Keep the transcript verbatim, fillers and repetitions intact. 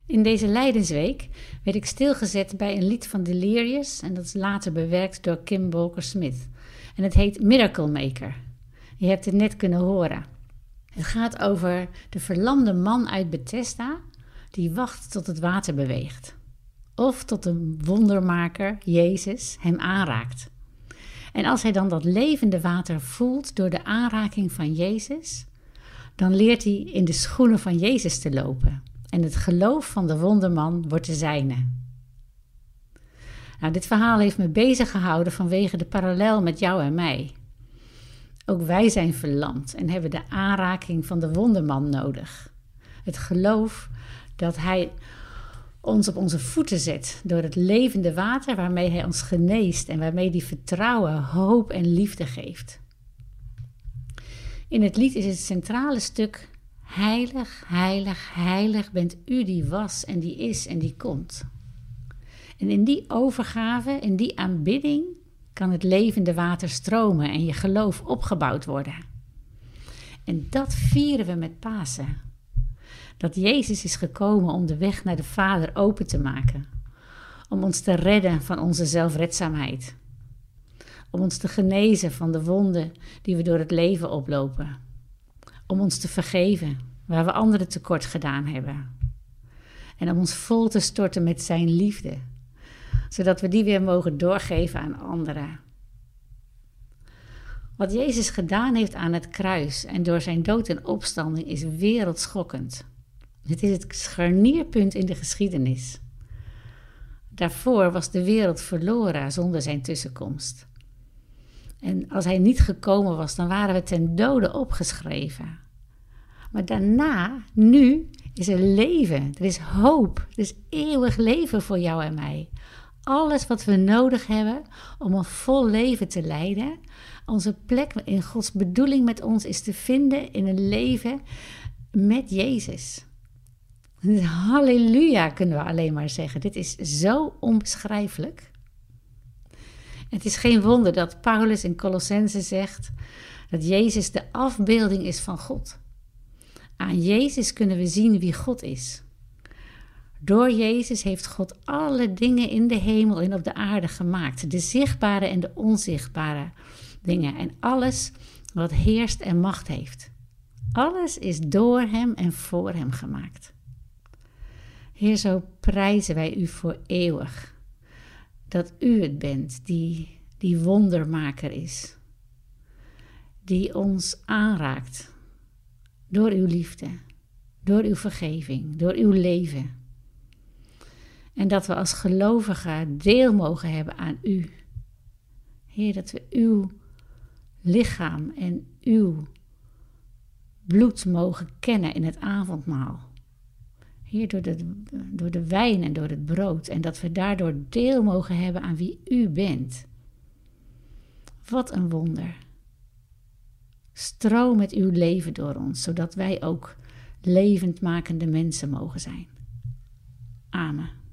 In deze Lijdensweek werd ik stilgezet bij een lied van Delirious en dat is later bewerkt door Kim Walker-Smith. En het heet Miracle Maker. Je hebt het net kunnen horen. Het gaat over de verlamde man uit Bethesda die wacht tot het water beweegt. Of tot de wondermaker, Jezus, hem aanraakt. En als hij dan dat levende water voelt door de aanraking van Jezus, dan leert hij in de schoenen van Jezus te lopen. En het geloof van de wonderman wordt de zijne. Nou, dit verhaal heeft me bezig gehouden vanwege de parallel met jou en mij. Ook wij zijn verlamd en hebben de aanraking van de wonderman nodig. Het geloof dat hij ons op onze voeten zet door het levende water waarmee hij ons geneest en waarmee hij vertrouwen, hoop en liefde geeft. In het lied is het centrale stuk: heilig, heilig, heilig bent u die was en die is en die komt. En in die overgave, in die aanbidding, kan het levende water stromen en je geloof opgebouwd worden. En dat vieren we met Pasen. Dat Jezus is gekomen om de weg naar de Vader open te maken. Om ons te redden van onze zelfredzaamheid. Om ons te genezen van de wonden die we door het leven oplopen. Om ons te vergeven waar we anderen tekort gedaan hebben. En om ons vol te storten met zijn liefde. Zodat we die weer mogen doorgeven aan anderen. Wat Jezus gedaan heeft aan het kruis en door zijn dood en opstanding is wereldschokkend. Het is het scharnierpunt in de geschiedenis. Daarvoor was de wereld verloren zonder zijn tussenkomst. En als hij niet gekomen was, dan waren we ten dode opgeschreven. Maar daarna, nu, is er leven. Er is hoop. Er is eeuwig leven voor jou en mij. Alles wat we nodig hebben om een vol leven te leiden. Onze plek in Gods bedoeling met ons is te vinden in een leven met Jezus. Halleluja, kunnen we alleen maar zeggen. Dit is zo onbeschrijfelijk. Het is geen wonder dat Paulus in Colossenzen zegt dat Jezus de afbeelding is van God. Aan Jezus kunnen we zien wie God is. Door Jezus heeft God alle dingen in de hemel en op de aarde gemaakt. De zichtbare en de onzichtbare dingen. En alles wat heerst en macht heeft. Alles is door hem en voor hem gemaakt. Heer, zo prijzen wij u voor eeuwig. Dat u het bent die, die wondermaker is. Die ons aanraakt. Door uw liefde. Door uw vergeving. Door uw leven. En dat we als gelovigen deel mogen hebben aan u. Heer, dat we uw lichaam en uw bloed mogen kennen in het avondmaal. Heer, door de, door de wijn en door het brood. En dat we daardoor deel mogen hebben aan wie u bent. Wat een wonder. Stroom met uw leven door ons, zodat wij ook levendmakende mensen mogen zijn. Amen.